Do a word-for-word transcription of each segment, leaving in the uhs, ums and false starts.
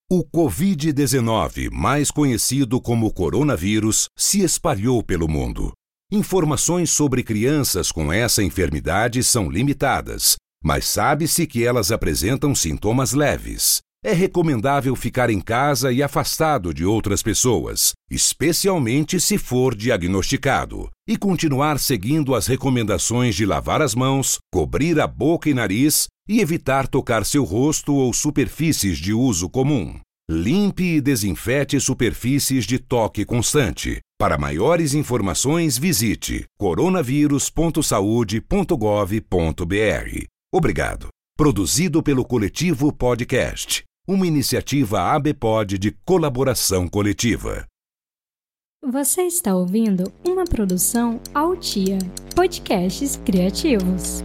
O covid dezenove, mais conhecido como coronavírus, se espalhou pelo mundo. Informações sobre crianças com essa enfermidade são limitadas, mas sabe-se que elas apresentam sintomas leves. É recomendável ficar em casa e afastado de outras pessoas, especialmente se for diagnosticado, e continuar seguindo as recomendações de lavar as mãos, cobrir a boca e nariz e evitar tocar seu rosto ou superfícies de uso comum. Limpe e desinfete superfícies de toque constante. Para maiores informações, visite coronavírus ponto saude ponto gov ponto br. Obrigado. Produzido pelo Coletivo Podcast, uma iniciativa ABPOD de colaboração coletiva. Você está ouvindo uma produção Altia, podcasts criativos.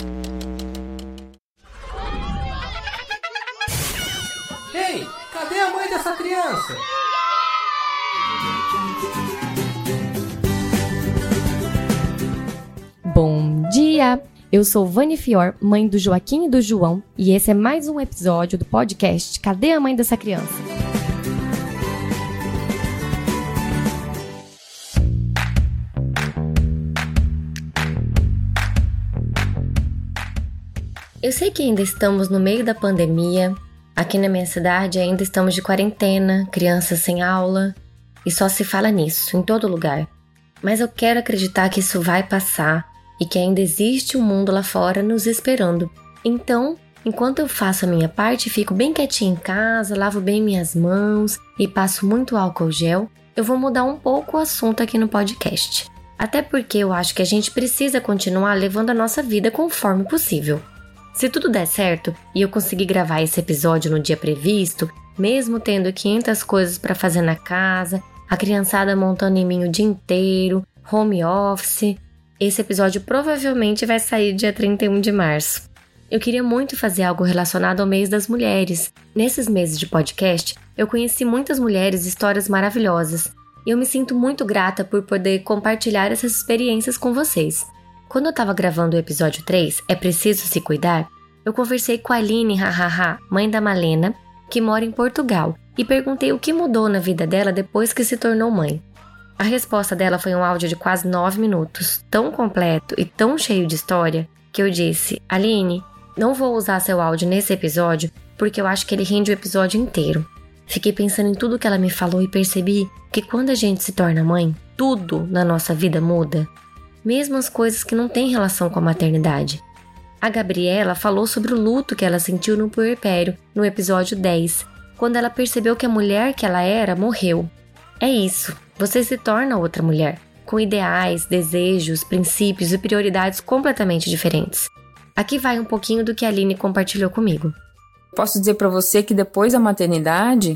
Ei, cadê a mãe dessa criança? Bom dia! Eu sou Vani Fior, mãe do Joaquim e do João, e esse é mais um episódio do podcast Cadê a Mãe dessa Criança? Eu sei que ainda estamos no meio da pandemia, aqui na minha cidade ainda estamos de quarentena, crianças sem aula, e só se fala nisso, em todo lugar. Mas eu quero acreditar que isso vai passar, e que ainda existe um mundo lá fora nos esperando. Então, enquanto eu faço a minha parte, fico bem quietinha em casa, lavo bem minhas mãos e passo muito álcool gel, eu vou mudar um pouco o assunto aqui no podcast. Até porque eu acho que a gente precisa continuar levando a nossa vida conforme possível. Se tudo der certo e eu conseguir gravar esse episódio no dia previsto, mesmo tendo quinhentas coisas para fazer na casa, a criançada montando em mim o dia inteiro, home office, esse episódio provavelmente vai sair dia trinta e um de março. Eu queria muito fazer algo relacionado ao mês das mulheres. Nesses meses de podcast, eu conheci muitas mulheres e histórias maravilhosas. E eu me sinto muito grata por poder compartilhar essas experiências com vocês. Quando eu estava gravando o episódio três, É Preciso Se Cuidar, eu conversei com a Aline, hahaha, mãe da Malena, que mora em Portugal, e perguntei o que mudou na vida dela depois que se tornou mãe. A resposta dela foi um áudio de quase nove minutos, tão completo e tão cheio de história, que eu disse: Aline, não vou usar seu áudio nesse episódio porque eu acho que ele rende o episódio inteiro. Fiquei pensando em tudo que ela me falou e percebi que quando a gente se torna mãe, tudo na nossa vida muda. Mesmo as coisas que não têm relação com a maternidade. A Gabriela falou sobre o luto que ela sentiu no puerpério, no episódio dez, quando ela percebeu que a mulher que ela era morreu. É isso. Você se torna outra mulher, com ideais, desejos, princípios e prioridades completamente diferentes. Aqui vai um pouquinho do que a Aline compartilhou comigo. Posso dizer para você que depois da maternidade,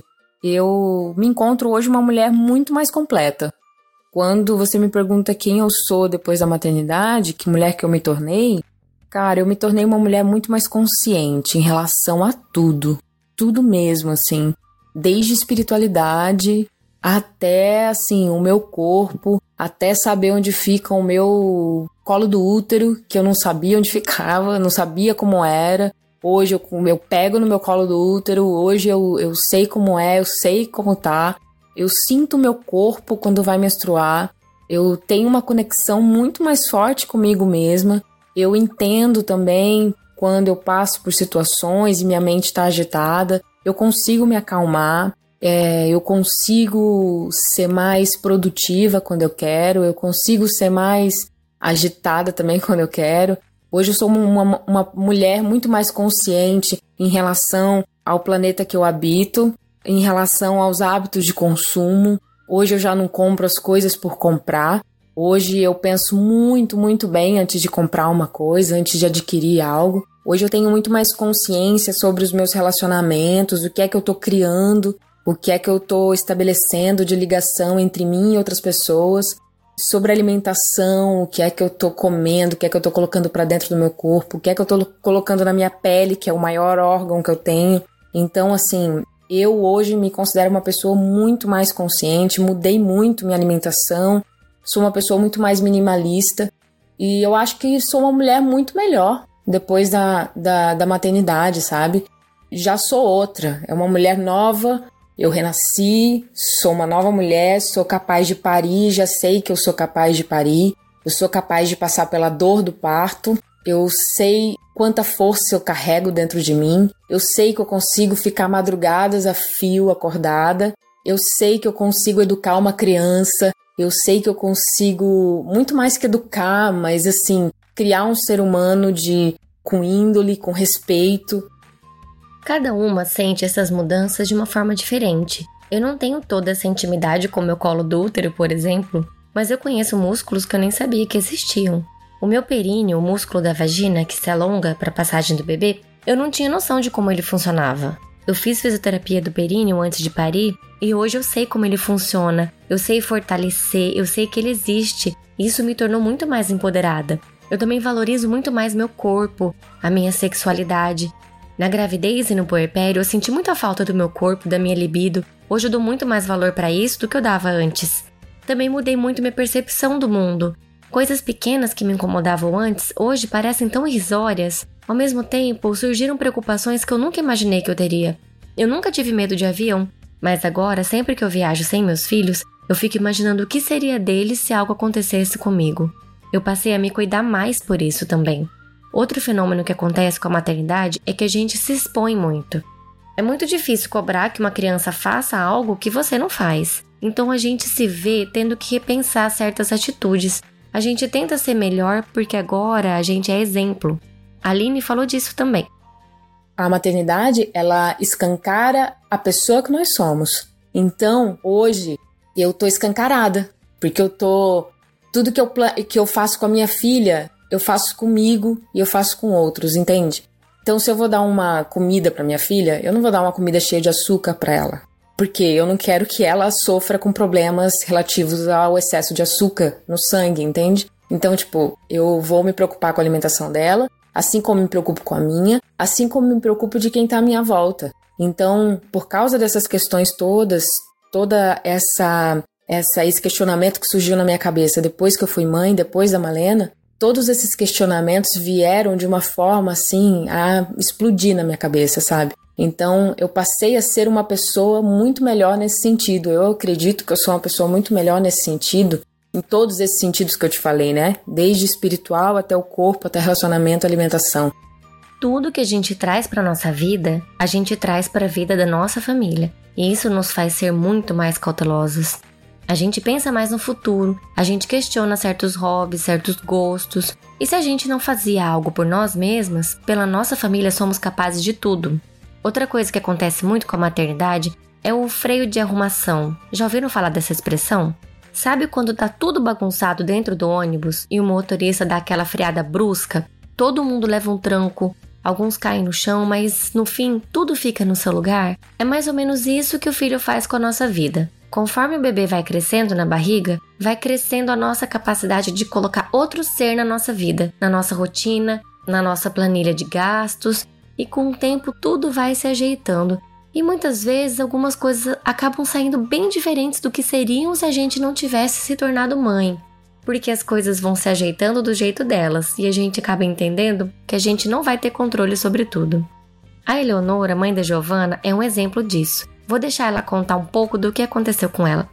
eu me encontro hoje uma mulher muito mais completa. Quando você me pergunta quem eu sou depois da maternidade, que mulher que eu me tornei, cara, eu me tornei uma mulher muito mais consciente em relação a tudo. Tudo mesmo, assim. Desde espiritualidade até, assim, o meu corpo, até saber onde fica o meu colo do útero, que eu não sabia onde ficava, não sabia como era. Hoje eu, eu pego no meu colo do útero, hoje eu, eu sei como é, eu sei como tá. Eu sinto o meu corpo quando vai menstruar. Eu tenho uma conexão muito mais forte comigo mesma. Eu entendo também quando eu passo por situações e minha mente está agitada. Eu consigo me acalmar. É, eu consigo ser mais produtiva quando eu quero, eu consigo ser mais agitada também quando eu quero. Hoje eu sou uma, uma mulher muito mais consciente em relação ao planeta que eu habito, em relação aos hábitos de consumo. Hoje eu já não compro as coisas por comprar. Hoje eu penso muito, muito bem antes de comprar uma coisa, antes de adquirir algo. Hoje eu tenho muito mais consciência sobre os meus relacionamentos, o que é que eu estou criando, o que é que eu estou estabelecendo de ligação entre mim e outras pessoas, sobre alimentação, o que é que eu estou comendo, o que é que eu estou colocando para dentro do meu corpo, o que é que eu estou colocando na minha pele, que é o maior órgão que eu tenho. Então, assim, eu hoje me considero uma pessoa muito mais consciente, mudei muito minha alimentação, sou uma pessoa muito mais minimalista e eu acho que sou uma mulher muito melhor depois da, da, da maternidade, sabe? já sou outra, é uma mulher nova, eu renasci, sou uma nova mulher, sou capaz de parir, já sei que eu sou capaz de parir, eu sou capaz de passar pela dor do parto, eu sei quanta força eu carrego dentro de mim, eu sei que eu consigo ficar madrugadas a fio acordada, eu sei que eu consigo educar uma criança, eu sei que eu consigo, muito mais que educar, mas assim, criar um ser humano de, com índole, com respeito. Cada uma sente essas mudanças de uma forma diferente. Eu não tenho toda essa intimidade com o meu colo do útero, por exemplo, mas eu conheço músculos que eu nem sabia que existiam. O meu períneo, o músculo da vagina que se alonga para a passagem do bebê, eu não tinha noção de como ele funcionava. Eu fiz fisioterapia do períneo antes de parir e hoje eu sei como ele funciona, eu sei fortalecer, eu sei que ele existe e isso me tornou muito mais empoderada. Eu também valorizo muito mais meu corpo, a minha sexualidade. Na gravidez e no puerpério eu senti muita falta do meu corpo, da minha libido. Hoje eu dou muito mais valor para isso do que eu dava antes. Também mudei muito minha percepção do mundo. Coisas pequenas que me incomodavam antes, hoje parecem tão irrisórias. Ao mesmo tempo, surgiram preocupações que eu nunca imaginei que eu teria. Eu nunca tive medo de avião, mas agora, sempre que eu viajo sem meus filhos, eu fico imaginando o que seria deles se algo acontecesse comigo. Eu passei a me cuidar mais por isso também. Outro fenômeno que acontece com a maternidade é que a gente se expõe muito. É muito difícil cobrar que uma criança faça algo que você não faz. Então a gente se vê tendo que repensar certas atitudes. A gente tenta ser melhor porque agora a gente é exemplo. A Aline falou disso também. A maternidade, ela escancara a pessoa que nós somos. Então, hoje, eu tô escancarada. Porque eu tô... Tudo que eu, que eu faço com a minha filha, eu faço comigo e eu faço com outros, entende? Então, se eu vou dar uma comida pra minha filha, eu não vou dar uma comida cheia de açúcar pra ela. Porque eu não quero que ela sofra com problemas relativos ao excesso de açúcar no sangue, entende? Então, tipo, eu vou me preocupar com a alimentação dela, assim como me preocupo com a minha, assim como me preocupo de quem tá à minha volta. Então, por causa dessas questões todas, toda essa, essa esse questionamento que surgiu na minha cabeça depois que eu fui mãe, depois da Malena, todos esses questionamentos vieram de uma forma, assim, a explodir na minha cabeça, sabe? Então, eu passei a ser uma pessoa muito melhor nesse sentido. Eu acredito que eu sou uma pessoa muito melhor nesse sentido, em todos esses sentidos que eu te falei, né? Desde espiritual até o corpo, até relacionamento, alimentação. Tudo que a gente traz para nossa vida, a gente traz para a vida da nossa família. E isso nos faz ser muito mais cautelosos. A gente pensa mais no futuro, a gente questiona certos hobbies, certos gostos. E se a gente não fazia algo por nós mesmas, pela nossa família somos capazes de tudo. Outra coisa que acontece muito com a maternidade é o freio de arrumação. Já ouviram falar dessa expressão? Sabe quando tá tudo bagunçado dentro do ônibus e o motorista dá aquela freada brusca? Todo mundo leva um tranco, alguns caem no chão, mas no fim tudo fica no seu lugar? É mais ou menos isso que o filho faz com a nossa vida. Conforme o bebê vai crescendo na barriga, vai crescendo a nossa capacidade de colocar outro ser na nossa vida, na nossa rotina, na nossa planilha de gastos. E com o tempo tudo vai se ajeitando. E muitas vezes algumas coisas acabam saindo bem diferentes do que seriam se a gente não tivesse se tornado mãe. Porque as coisas vão se ajeitando do jeito delas e a gente acaba entendendo que a gente não vai ter controle sobre tudo. A Eleonora, mãe da Giovana, é um exemplo disso. Vou deixar ela contar um pouco do que aconteceu com ela.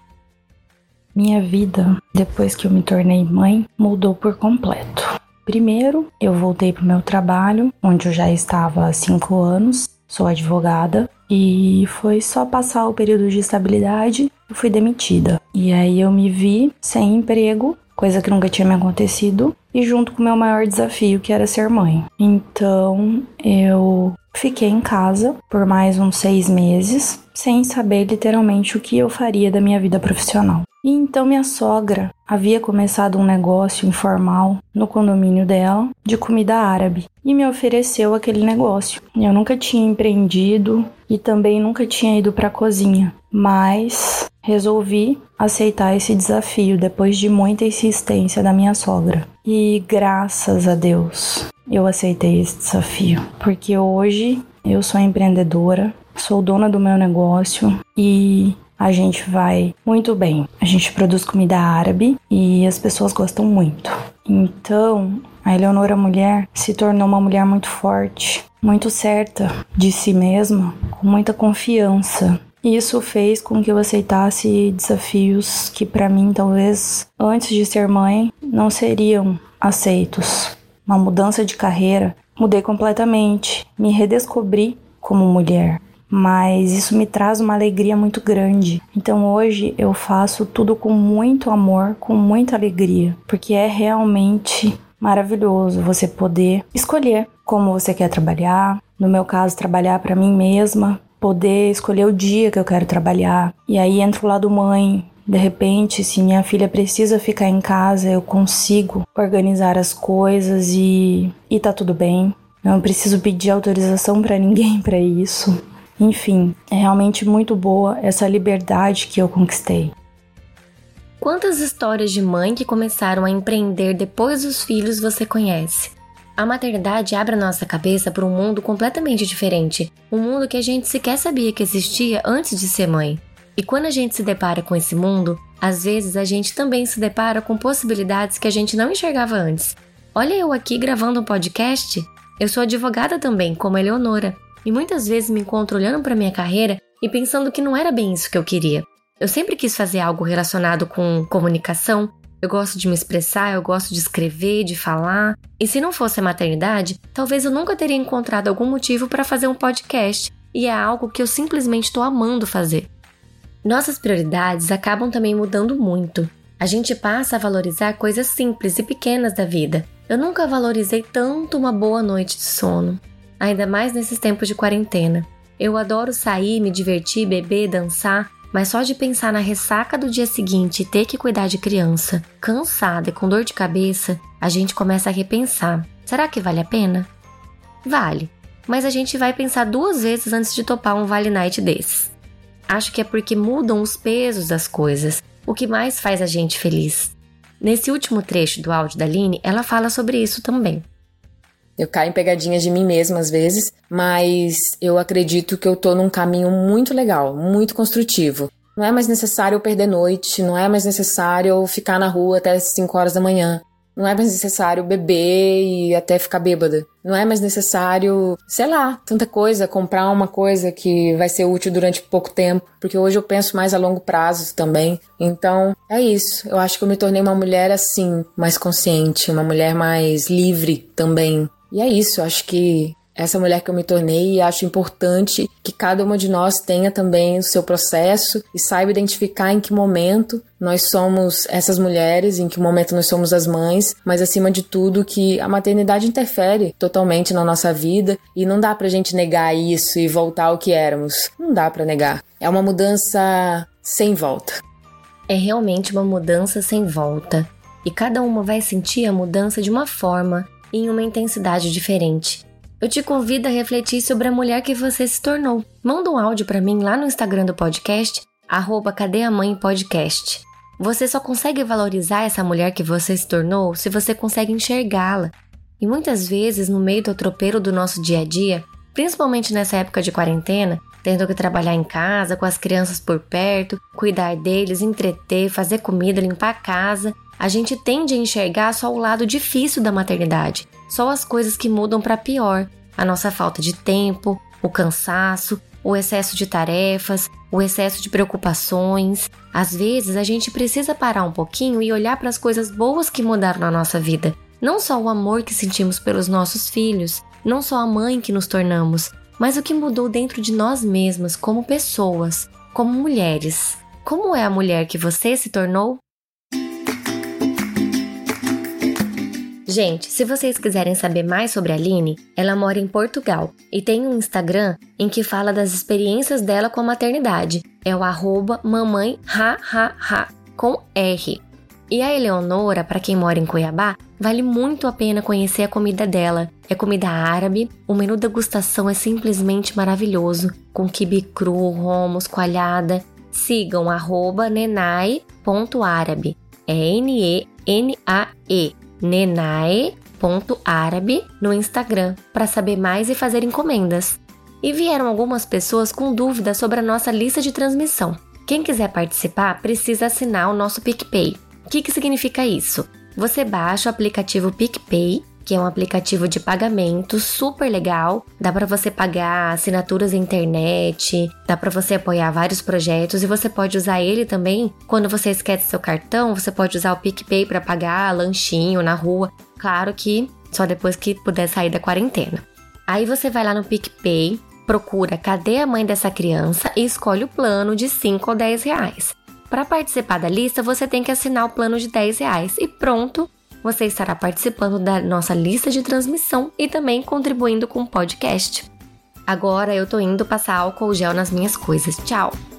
Minha vida, depois que eu me tornei mãe, mudou por completo. Primeiro, eu voltei para o meu trabalho, onde eu já estava há cinco anos, sou advogada, e foi só passar o período de estabilidade e fui demitida. E aí eu me vi sem emprego, coisa que nunca tinha me acontecido, e junto com o meu maior desafio, que era ser mãe. Então, eu fiquei em casa por mais uns seis meses, sem saber literalmente o que eu faria da minha vida profissional. E então minha sogra havia começado um negócio informal no condomínio dela de comida árabe e me ofereceu aquele negócio. Eu nunca tinha empreendido e também nunca tinha ido para a cozinha, mas resolvi aceitar esse desafio depois de muita insistência da minha sogra. E graças a Deus eu aceitei esse desafio, porque hoje eu sou empreendedora, sou dona do meu negócio e a gente vai muito bem. A gente produz comida árabe e as pessoas gostam muito. Então, a Eleonora mulher se tornou uma mulher muito forte, muito certa de si mesma, com muita confiança. Isso fez com que eu aceitasse desafios que para mim talvez antes de ser mãe não seriam aceitos. Uma mudança de carreira, mudei completamente, me redescobri como mulher. Mas isso me traz uma alegria muito grande. Então hoje eu faço tudo com muito amor, com muita alegria, porque é realmente maravilhoso você poder escolher como você quer trabalhar. No meu caso, trabalhar para mim mesma, poder escolher o dia que eu quero trabalhar. E aí entra o lado mãe. De repente, se minha filha precisa ficar em casa, eu consigo organizar as coisas e, e tá tudo bem. Eu não preciso pedir autorização para ninguém para isso. Enfim, é realmente muito boa essa liberdade que eu conquistei. Quantas histórias de mãe que começaram a empreender depois dos filhos você conhece? A maternidade abre a nossa cabeça para um mundo completamente diferente, um mundo que a gente sequer sabia que existia antes de ser mãe. E quando a gente se depara com esse mundo, às vezes a gente também se depara com possibilidades que a gente não enxergava antes. Olha eu aqui gravando um podcast. Eu sou advogada também, como a Eleonora, e muitas vezes me encontro olhando para minha carreira e pensando que não era bem isso que eu queria. Eu sempre quis fazer algo relacionado com comunicação, eu gosto de me expressar, eu gosto de escrever, de falar. E se não fosse a maternidade, talvez eu nunca teria encontrado algum motivo para fazer um podcast, e é algo que eu simplesmente estou amando fazer. Nossas prioridades acabam também mudando muito. A gente passa a valorizar coisas simples e pequenas da vida. Eu nunca valorizei tanto uma boa noite de sono, ainda mais nesses tempos de quarentena. Eu adoro sair, me divertir, beber, dançar, mas só de pensar na ressaca do dia seguinte e ter que cuidar de criança, cansada e com dor de cabeça, a gente começa a repensar. Será que vale a pena? Vale, mas a gente vai pensar duas vezes antes de topar um Vale Night desses. Acho que é porque mudam os pesos das coisas, o que mais faz a gente feliz. Nesse último trecho do áudio da Aline, ela fala sobre isso também. Eu caio em pegadinhas de mim mesma às vezes, mas eu acredito que eu tô num caminho muito legal, muito construtivo. Não é mais necessário eu perder noite, não é mais necessário eu ficar na rua até as cinco horas da manhã. Não é mais necessário beber e até ficar bêbada. Não é mais necessário, sei lá, tanta coisa, comprar uma coisa que vai ser útil durante pouco tempo, porque hoje eu penso mais a longo prazo também. Então, é isso. Eu acho que eu me tornei uma mulher assim, mais consciente, uma mulher mais livre também. E é isso, eu acho que essa mulher que eu me tornei, e acho importante que cada uma de nós tenha também o seu processo e saiba identificar em que momento nós somos essas mulheres, em que momento nós somos as mães, mas acima de tudo que a maternidade interfere totalmente na nossa vida e não dá pra gente negar isso e voltar ao que éramos. Não dá pra negar. É uma mudança sem volta. É realmente uma mudança sem volta. E cada uma vai sentir a mudança de uma forma e em uma intensidade diferente. Eu te convido a refletir sobre a mulher que você se tornou. Manda um áudio pra mim lá no Instagram do podcast, arroba Cadê a Mãe Podcast. Você só consegue valorizar essa mulher que você se tornou se você consegue enxergá-la. E muitas vezes, no meio do atropelo do nosso dia a dia, principalmente nessa época de quarentena, tendo que trabalhar em casa, com as crianças por perto, cuidar deles, entreter, fazer comida, limpar a casa, a gente tende a enxergar só o lado difícil da maternidade, só as coisas que mudam para pior, a nossa falta de tempo, o cansaço, o excesso de tarefas, o excesso de preocupações. Às vezes a gente precisa parar um pouquinho e olhar para as coisas boas que mudaram na nossa vida, não só o amor que sentimos pelos nossos filhos, não só a mãe que nos tornamos, mas o que mudou dentro de nós mesmas como pessoas, como mulheres. Como é a mulher que você se tornou? Gente, se vocês quiserem saber mais sobre a Aline, ela mora em Portugal e tem um Instagram em que fala das experiências dela com a maternidade. É o arroba mamãe ha, ha, ha, com R. E a Eleonora, para quem mora em Cuiabá, vale muito a pena conhecer a comida dela. É comida árabe, o menu degustação é simplesmente maravilhoso, com quibe cru, hummus, coalhada. Sigam arroba nenai ponto árabe, é N E N A E. nenae ponto árabe no Instagram para saber mais e fazer encomendas. E vieram algumas pessoas com dúvidas sobre a nossa lista de transmissão. Quem quiser participar precisa assinar o nosso PicPay. O que, que significa isso? Você baixa o aplicativo PicPay, que é um aplicativo de pagamento super legal. Dá para você pagar assinaturas na internet, dá para você apoiar vários projetos e você pode usar ele também quando você esquece seu cartão, você pode usar o PicPay para pagar lanchinho na rua. Claro que só depois que puder sair da quarentena. Aí você vai lá no PicPay, procura cadê a mãe dessa criança e escolhe o plano de cinco ou dez reais. Para participar da lista, você tem que assinar o plano de dez reais e pronto, você estará participando da nossa lista de transmissão e também contribuindo com o podcast. Agora eu tô indo passar álcool gel nas minhas coisas. Tchau!